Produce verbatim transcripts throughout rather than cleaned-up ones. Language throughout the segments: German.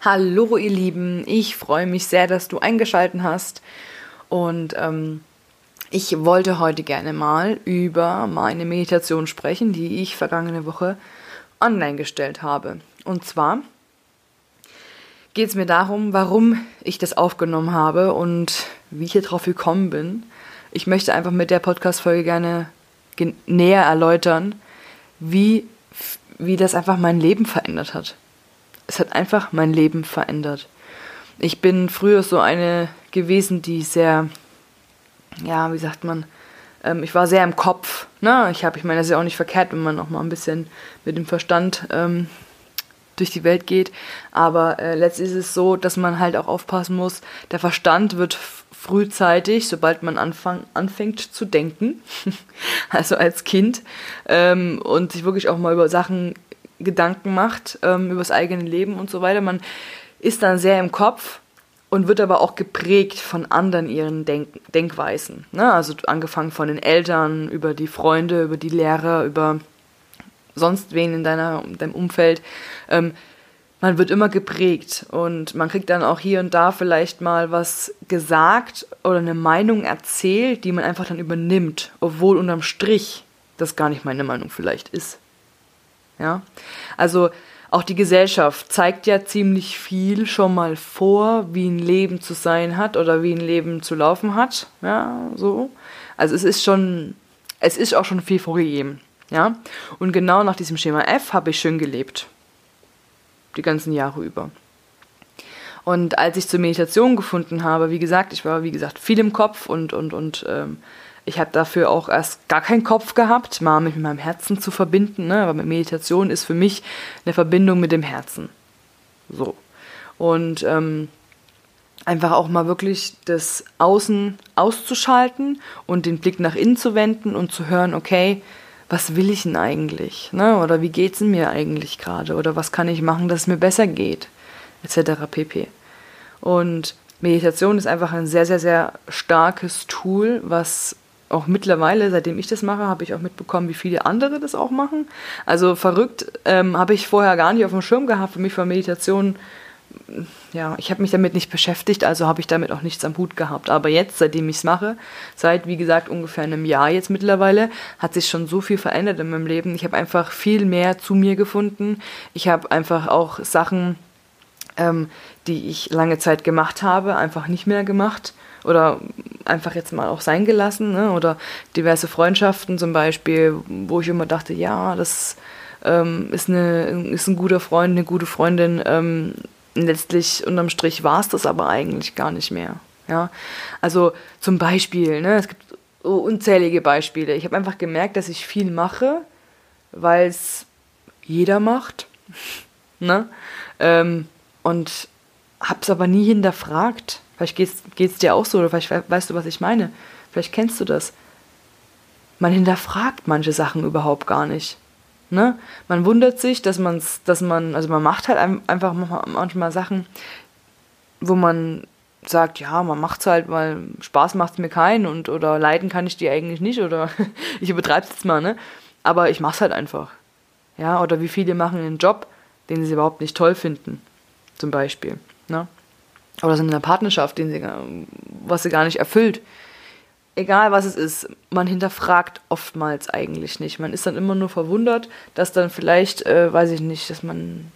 Hallo ihr Lieben, ich freue mich sehr, dass du eingeschaltet hast und ähm, ich wollte heute gerne mal über meine Meditation sprechen, die ich vergangene Woche online gestellt habe. Und zwar geht es mir darum, warum ich das aufgenommen habe und wie ich hier drauf gekommen bin. Ich möchte einfach mit der Podcast-Folge gerne gen- näher erläutern, wie, wie das einfach mein Leben verändert hat. Es hat einfach mein Leben verändert. Ich bin früher so eine gewesen, die sehr, ja, wie sagt man, ähm, ich war sehr im Kopf. Ne? Ich habe, ich meine, das ist ja auch nicht verkehrt, wenn man auch mal ein bisschen mit dem Verstand ähm, durch die Welt geht. Aber äh, letztlich ist es so, dass man halt auch aufpassen muss, der Verstand wird f- frühzeitig, sobald man anfang, anfängt zu denken, also als Kind, ähm, und sich wirklich auch mal über Sachen Gedanken macht, ähm, über das eigene Leben und so weiter. Man ist dann sehr im Kopf und wird aber auch geprägt von anderen ihren Denk- Denkweisen. Ne? Also angefangen von den Eltern, über die Freunde, über die Lehrer, über sonst wen in deiner, in deinem Umfeld. Ähm, man wird immer geprägt und man kriegt dann auch hier und da vielleicht mal was gesagt oder eine Meinung erzählt, die man einfach dann übernimmt, obwohl unterm Strich das gar nicht meine Meinung vielleicht ist. Ja, also auch die Gesellschaft zeigt ja ziemlich viel schon mal vor, wie ein Leben zu sein hat oder wie ein Leben zu laufen hat. Ja, so. Also es ist schon, es ist auch schon viel vorgegeben. Ja, und genau nach diesem Schema F habe ich schön gelebt. Die ganzen Jahre über. Und als ich zur Meditation gefunden habe, wie gesagt, ich war wie gesagt viel im Kopf und, und, und ähm, ich habe dafür auch erst gar keinen Kopf gehabt, mal mit meinem Herzen zu verbinden, ne? Aber Meditation ist für mich eine Verbindung mit dem Herzen. So. Und ähm, einfach auch mal wirklich das Außen auszuschalten und den Blick nach innen zu wenden und zu hören, okay, was will ich denn eigentlich? Ne? Oder wie geht's denn mir eigentlich gerade? Oder was kann ich machen, dass es mir besser geht? Etc. pp. Und Meditation ist einfach ein sehr, sehr, sehr starkes Tool, was auch mittlerweile, seitdem ich das mache, habe ich auch mitbekommen, wie viele andere das auch machen. Also verrückt, ähm, habe ich vorher gar nicht auf dem Schirm gehabt. Für mich war Meditation, ja, ich habe mich damit nicht beschäftigt, also habe ich damit auch nichts am Hut gehabt. Aber jetzt, seitdem ich es mache, seit, wie gesagt, ungefähr einem Jahr jetzt mittlerweile, hat sich schon so viel verändert in meinem Leben. Ich habe einfach viel mehr zu mir gefunden. Ich habe einfach auch Sachen, ähm, die ich lange Zeit gemacht habe, einfach nicht mehr gemacht. Oder einfach jetzt mal auch sein gelassen, ne? Oder diverse Freundschaften zum Beispiel, wo ich immer dachte, ja, das ähm, ist, eine, ist ein guter Freund, eine gute Freundin. Ähm, letztlich unterm Strich war es das aber eigentlich gar nicht mehr. Ja? Also zum Beispiel, ne? Es gibt so unzählige Beispiele. Ich habe einfach gemerkt, dass ich viel mache, weil es jeder macht. Ne? Ähm, und habe es aber nie hinterfragt. Vielleicht geht es dir auch so, oder vielleicht weißt du, was ich meine. Vielleicht kennst du das. Man hinterfragt manche Sachen überhaupt gar nicht. Ne? Man wundert sich, dass man's, dass man, also man macht halt einfach manchmal Sachen, wo man sagt, ja, man macht's halt, weil Spaß macht's mir keinen und oder leiden kann ich die eigentlich nicht oder ich übertreib's jetzt mal, ne? Aber ich mach's halt einfach. Ja, oder wie viele machen einen Job, den sie überhaupt nicht toll finden, zum Beispiel, ne? Oder sind in einer Partnerschaft, den sie, was sie gar nicht erfüllt. Egal was es ist, man hinterfragt oftmals eigentlich nicht. Man ist dann immer nur verwundert, dass dann vielleicht, äh, weiß ich nicht, dass man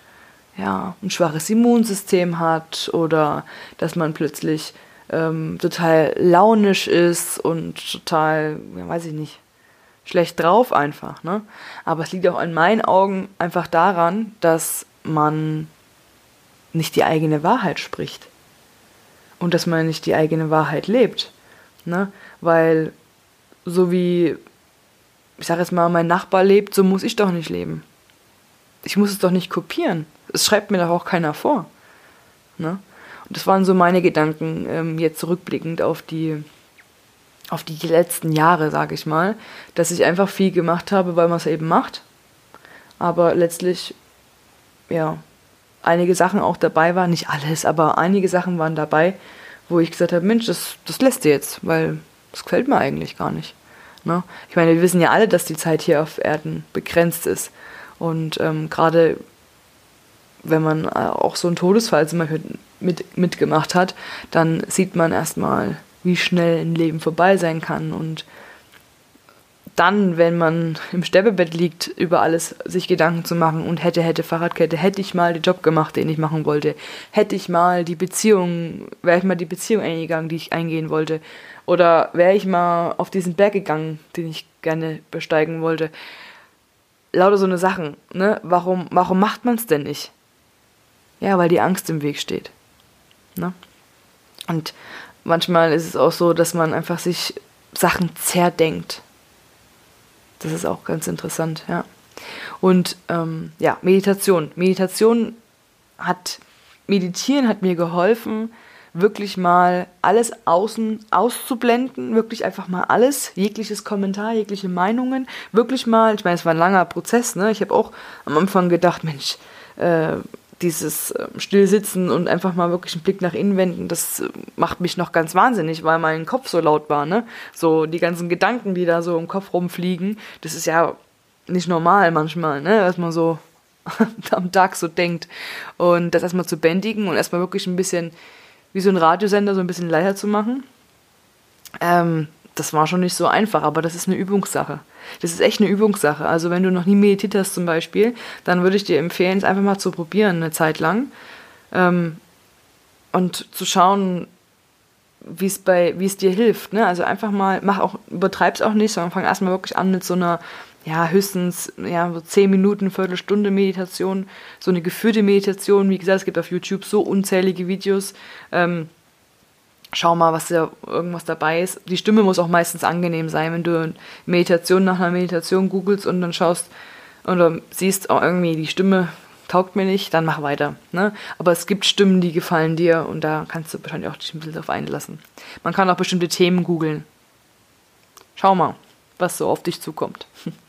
ja ein schwaches Immunsystem hat oder dass man plötzlich ähm, total launisch ist und total, ja, weiß ich nicht, schlecht drauf einfach. Ne? Aber es liegt auch in meinen Augen einfach daran, dass man nicht die eigene Wahrheit spricht und dass man nicht die eigene Wahrheit lebt, ne? Weil so wie, ich sage jetzt mal, mein Nachbar lebt, so muss ich doch nicht leben. Ich muss es doch nicht kopieren. Es schreibt mir doch auch keiner vor, ne? Und das waren so meine Gedanken, ähm, jetzt zurückblickend auf die, auf die letzten Jahre, sage ich mal, dass ich einfach viel gemacht habe, weil man es eben macht, aber letztlich, ja, einige Sachen auch dabei waren, nicht alles, aber einige Sachen waren dabei, wo ich gesagt habe, Mensch, das, das lässt du jetzt, weil das gefällt mir eigentlich gar nicht. Ne? Ich meine, wir wissen ja alle, dass die Zeit hier auf Erden begrenzt ist. Und ähm, gerade wenn man auch so einen Todesfall zum Beispiel mit, mitgemacht hat, dann sieht man erstmal, wie schnell ein Leben vorbei sein kann. Und dann, wenn man im Sterbebett liegt, über alles sich Gedanken zu machen und hätte, hätte, Fahrradkette, hätte ich mal den Job gemacht, den ich machen wollte, hätte ich mal die Beziehung, wäre ich mal die Beziehung eingegangen, die ich eingehen wollte, oder wäre ich mal auf diesen Berg gegangen, den ich gerne besteigen wollte. Lauter so eine Sachen, ne? Warum, warum macht man es denn nicht? Ja, weil die Angst im Weg steht. Ne? Und manchmal ist es auch so, dass man einfach sich Sachen zerdenkt. Das ist auch ganz interessant, ja. Und ähm, ja, Meditation. Meditation hat, Meditieren hat mir geholfen, wirklich mal alles außen auszublenden, wirklich einfach mal alles, jegliches Kommentar, jegliche Meinungen, wirklich mal, ich meine, es war ein langer Prozess, ne? Ich habe auch am Anfang gedacht, Mensch, äh, dieses äh, Stillsitzen und einfach mal wirklich einen Blick nach innen wenden, das äh, macht mich noch ganz wahnsinnig, weil mein Kopf so laut war, ne? So die ganzen Gedanken, die da so im Kopf rumfliegen, das ist ja nicht normal manchmal, ne? Dass man so am Tag so denkt. Und das erstmal zu bändigen und erstmal wirklich ein bisschen wie so ein Radiosender so ein bisschen leiser zu machen, ähm, das war schon nicht so einfach, aber das ist eine Übungssache. Das ist echt eine Übungssache. Also wenn du noch nie meditiert hast zum Beispiel, dann würde ich dir empfehlen, es einfach mal zu probieren, eine Zeit lang. Ähm, und zu schauen, wie es bei, wie es dir hilft. Ne? Also einfach mal, mach auch, übertreib's auch nicht, sondern fang erstmal wirklich an mit so einer, ja, höchstens ja, so zehn Minuten, Viertelstunde Meditation, so eine geführte Meditation. Wie gesagt, es gibt auf YouTube so unzählige Videos. Ähm, schau mal, was da irgendwas dabei ist. Die Stimme muss auch meistens angenehm sein, wenn du Meditation nach einer Meditation googelst und dann schaust oder siehst, auch irgendwie die Stimme taugt mir nicht, dann mach weiter. Ne? Aber es gibt Stimmen, die gefallen dir und da kannst du wahrscheinlich auch dich ein bisschen drauf einlassen. Man kann auch bestimmte Themen googeln. Schau mal, was so auf dich zukommt.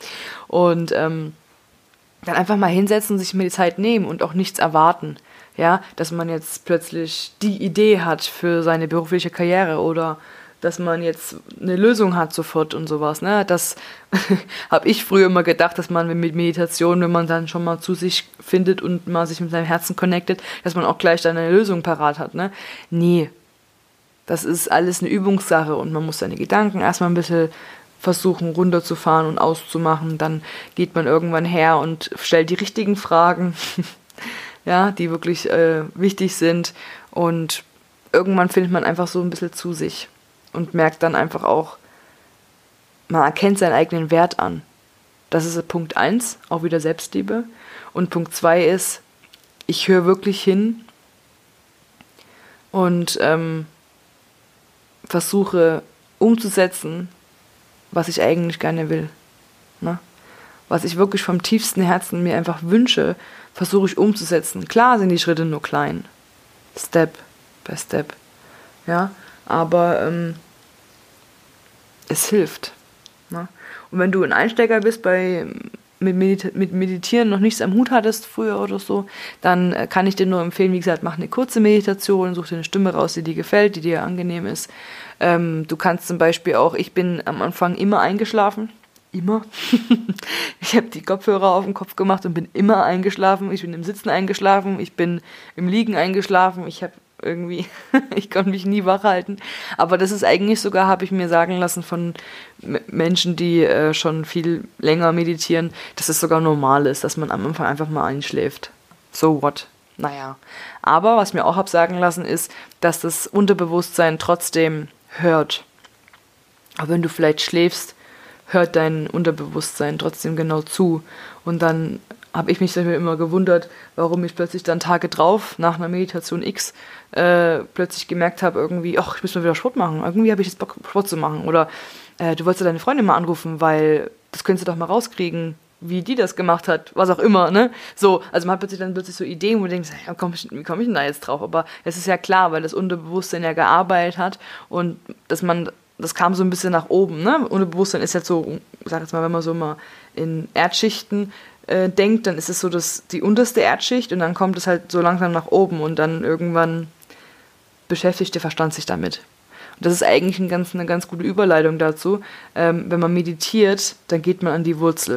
Und ähm, dann einfach mal hinsetzen und sich mal die Zeit nehmen und auch nichts erwarten. Ja, dass man jetzt plötzlich die Idee hat für seine berufliche Karriere oder dass man jetzt eine Lösung hat sofort und sowas. Ne? Das habe ich früher immer gedacht, dass man mit Meditation, wenn man dann schon mal zu sich findet und mal sich mit seinem Herzen connectet, dass man auch gleich dann eine Lösung parat hat. Ne? Nee, das ist alles eine Übungssache und man muss seine Gedanken erstmal ein bisschen versuchen runterzufahren und auszumachen. Dann geht man irgendwann her und stellt die richtigen Fragen, ja, die wirklich äh, wichtig sind. Und irgendwann findet man einfach so ein bisschen zu sich und merkt dann einfach auch, man erkennt seinen eigenen Wert an. Das ist Punkt eins, auch wieder Selbstliebe. Und Punkt zwei ist, ich höre wirklich hin und ähm, versuche umzusetzen, was ich eigentlich gerne will. Ne? Was ich wirklich vom tiefsten Herzen mir einfach wünsche, versuche ich umzusetzen. Klar sind die Schritte nur klein. Step by Step. Ja, aber ähm, es hilft. Ne? Und wenn du ein Einsteiger bist, bei mit, Medita- mit Meditieren noch nichts am Hut hattest früher oder so, dann äh, kann ich dir nur empfehlen, wie gesagt, mach eine kurze Meditation, such dir eine Stimme raus, die dir gefällt, die dir angenehm ist. Ähm, du kannst zum Beispiel auch, ich bin am Anfang immer eingeschlafen. Immer. Ich habe die Kopfhörer auf den Kopf gemacht und bin immer eingeschlafen. Ich bin im Sitzen eingeschlafen, ich bin im Liegen eingeschlafen. Ich habe irgendwie, ich konnte mich nie wach halten. Aber das ist eigentlich sogar, habe ich mir sagen lassen von M- Menschen, die äh, schon viel länger meditieren, dass es sogar normal ist, dass man am Anfang einfach mal einschläft. So what? Naja. Aber was mir auch habe sagen lassen ist, dass das Unterbewusstsein trotzdem hört. Aber wenn du vielleicht schläfst, hört dein Unterbewusstsein trotzdem genau zu. Und dann habe ich mich immer gewundert, warum ich plötzlich dann Tage drauf, nach einer Meditation X, äh, plötzlich gemerkt habe, irgendwie, ach, ich muss mal wieder Sport machen. Irgendwie habe ich jetzt Bock, Sport zu machen. Oder äh, du wolltest ja deine Freundin mal anrufen, weil das könntest du doch mal rauskriegen, wie die das gemacht hat, was auch immer, ne? So, also man hat plötzlich dann plötzlich so Ideen, wo du denkst, ja, komm, wie komme ich denn da jetzt drauf? Aber es ist ja klar, weil das Unterbewusstsein ja gearbeitet hat und dass man das kam so ein bisschen nach oben, ne? Unterbewusstsein ist jetzt so, ich sag jetzt mal, wenn man so mal in Erdschichten äh, denkt, dann ist es so das, die unterste Erdschicht und dann kommt es halt so langsam nach oben und dann irgendwann beschäftigt der Verstand sich damit. Und das ist eigentlich ein ganz, eine ganz gute Überleitung dazu. Ähm, wenn man meditiert, dann geht man an die Wurzel.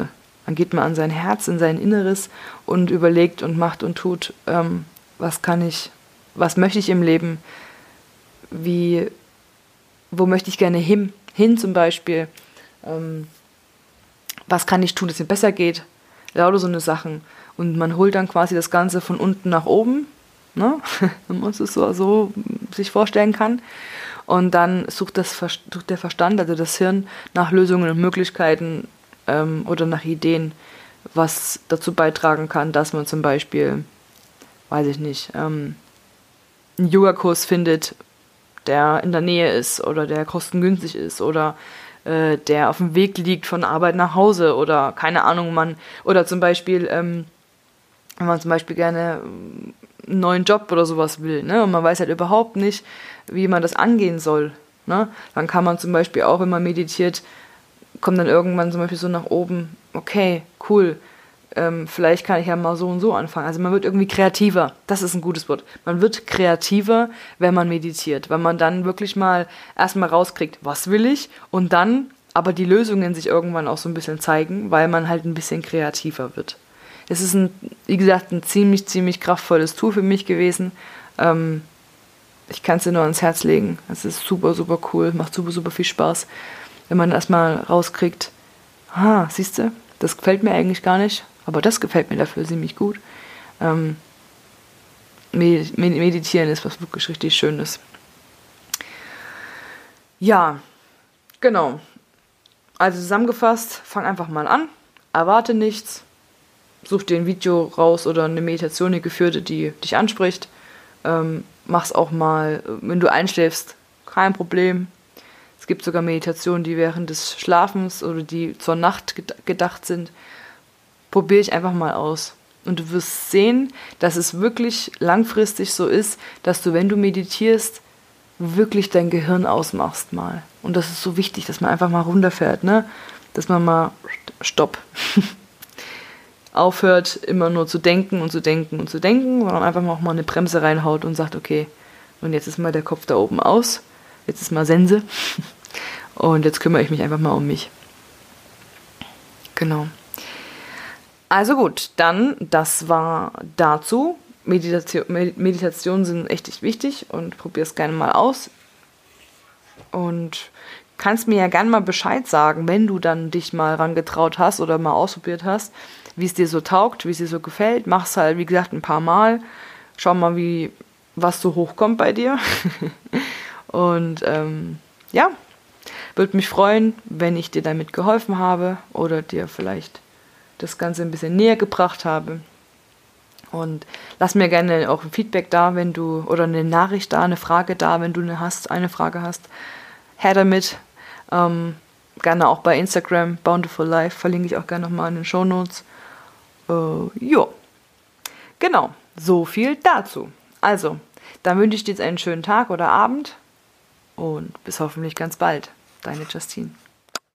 Dann geht man an sein Herz, in sein Inneres und überlegt und macht und tut, ähm, was kann ich, was möchte ich im Leben, wie, wo möchte ich gerne hin, hin zum Beispiel, ähm, was kann ich tun, dass es mir besser geht, lauter so eine Sachen. Und man holt dann quasi das Ganze von unten nach oben, ne? Wenn man es so, so sich vorstellen kann. Und dann sucht, das, sucht der Verstand, also das Hirn, nach Lösungen und Möglichkeiten ähm, oder nach Ideen, was dazu beitragen kann, dass man zum Beispiel, weiß ich nicht, ähm, einen Yogakurs findet, der in der Nähe ist oder der kostengünstig ist oder äh, der auf dem Weg liegt von Arbeit nach Hause oder keine Ahnung, man, oder zum Beispiel, ähm, wenn man zum Beispiel gerne einen neuen Job oder sowas will, ne, und man weiß halt überhaupt nicht, wie man das angehen soll, ne, dann kann man zum Beispiel auch, wenn man meditiert, kommt dann irgendwann zum Beispiel so nach oben, okay, cool, ähm, vielleicht kann ich ja mal so und so anfangen. Also man wird irgendwie kreativer, das ist ein gutes Wort. Man wird kreativer, wenn man meditiert, weil man dann wirklich mal erstmal rauskriegt, was will ich, und dann aber die Lösungen sich irgendwann auch so ein bisschen zeigen, weil man halt ein bisschen kreativer wird. Es ist, ein, wie gesagt, ein ziemlich, ziemlich kraftvolles Tool für mich gewesen. Ähm, ich kann es dir nur ans Herz legen. Es ist super, super cool, macht super, super viel Spaß, wenn man erstmal rauskriegt, ah, siehst du, das gefällt mir eigentlich gar nicht, aber das gefällt mir dafür ziemlich gut. Ähm, Meditieren ist was wirklich richtig Schönes. Ja, genau. Also zusammengefasst, fang einfach mal an, erwarte nichts, such dir ein Video raus oder eine Meditation, eine geführte, die dich anspricht. Ähm, mach's auch mal, wenn du einschläfst, kein Problem. Es gibt sogar Meditationen, die während des Schlafens oder die zur Nacht gedacht sind. Probiere ich einfach mal aus. Und du wirst sehen, dass es wirklich langfristig so ist, dass du, wenn du meditierst, wirklich dein Gehirn ausmachst mal. Und das ist so wichtig, dass man einfach mal runterfährt, ne? Dass man mal Stopp. Aufhört, immer nur zu denken und zu denken und zu denken, sondern einfach mal auch mal eine Bremse reinhaut und sagt, okay, und jetzt ist mal der Kopf da oben aus, jetzt ist mal Sense und jetzt kümmere ich mich einfach mal um mich. Genau. Also gut, dann, das war dazu. Meditation, Meditationen sind echt wichtig und probier es gerne mal aus. Und kannst mir ja gerne mal Bescheid sagen, wenn du dann dich mal rangetraut hast oder mal ausprobiert hast, wie es dir so taugt, wie es dir so gefällt. Mach's halt, wie gesagt, ein paar Mal. Schau mal, wie, was so hochkommt bei dir. Und ähm, ja, würde mich freuen, wenn ich dir damit geholfen habe oder dir vielleicht das Ganze ein bisschen näher gebracht habe. Und lass mir gerne auch ein Feedback da, wenn du, oder eine Nachricht da, eine Frage da, wenn du eine hast, eine Frage hast. Her damit. Ähm, gerne auch bei Instagram, Bountiful Life, verlinke ich auch gerne nochmal in den Shownotes. Äh, jo. Genau, so viel dazu. Also, dann wünsche ich dir jetzt einen schönen Tag oder Abend und bis hoffentlich ganz bald. Deine Justine.